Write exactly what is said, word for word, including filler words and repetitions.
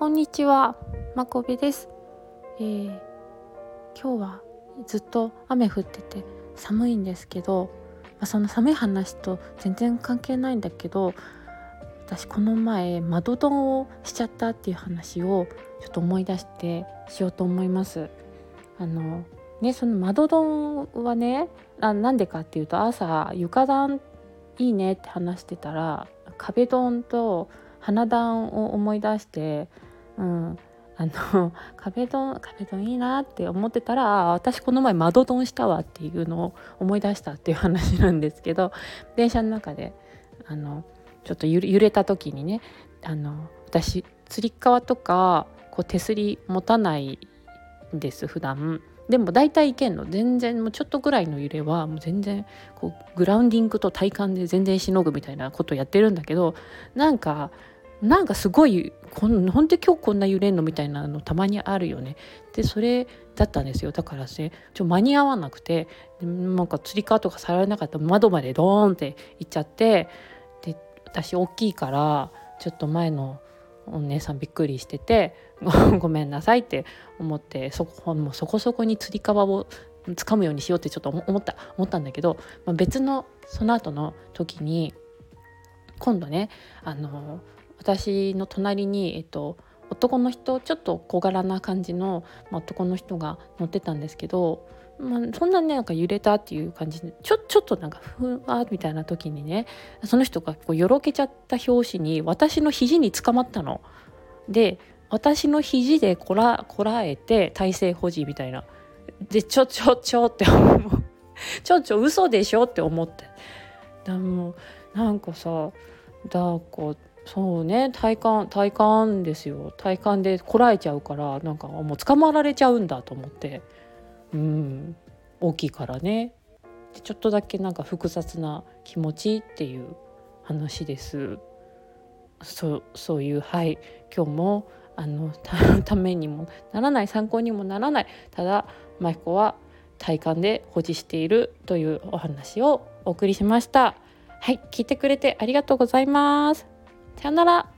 んにちは、まこべです。えー、今日はずっと雨降ってて寒いんですけど、まあ、その寒い話と全然関係ないんだけど、私この前窓ドンをしちゃったっていう話をちょっと思い出してしようと思います。あのね、その窓ドンはね、あなんでかっていうと、朝床暖いいねって話してたら壁ドンと花壇を思い出して、うん、あの壁ドン壁ドンいいなって思ってたら、私この前窓ドンしたわっていうのを思い出したっていう話なんですけど、電車の中であのちょっと揺れ、揺れた時にね、あの私つり革とかこう手すり持たないんです普段。でも大体いけんの、全然もうちょっとぐらいの揺れはもう全然こうグラウンディングと体幹で全然しのぐみたいなことをやってるんだけど、なんかなんかすごいこんなんで今日こんな揺れんのみたいなのたまにあるよね。でそれだったんですよ。だからね、ちょ間に合わなくて、なんかつり革とか触らなかったら窓までドーンって行っちゃって、で私大きいからちょっと前のお姉さんびっくりしててごめんなさいって思って、そこもうそこそこにつり革を掴むようにしようってちょっと思った思ったんだけど、まあ、別のその後の時に今度ね、あの私の隣に、えっと、男の人、ちょっと小柄な感じの、まあ、男の人が乗ってたんですけど、まあ、そんなねなんか揺れたっていう感じで、ちょちょっとなんかふわーみたいな時にね、その人がこうよろけちゃった拍子に私の肘に捕まったので、私の肘でこらこらえて体勢保持みたいなで、ちょちょちょって思うちょちょ嘘でしょって思って、でもなんかさ、だこうそうね、体幹体幹ですよ。体幹でこらえちゃうから、なんかもう捕まられちゃうんだと思って、うん大きいからね。でちょっとだけなんか複雑な気持ちっていう話です。そうそういう、はい今日もあの た, ためにもならない、参考にもならない、ただ舞子は体幹で保持しているというお話をお送りしました。はい、聞いてくれてありがとうございます。さよなら。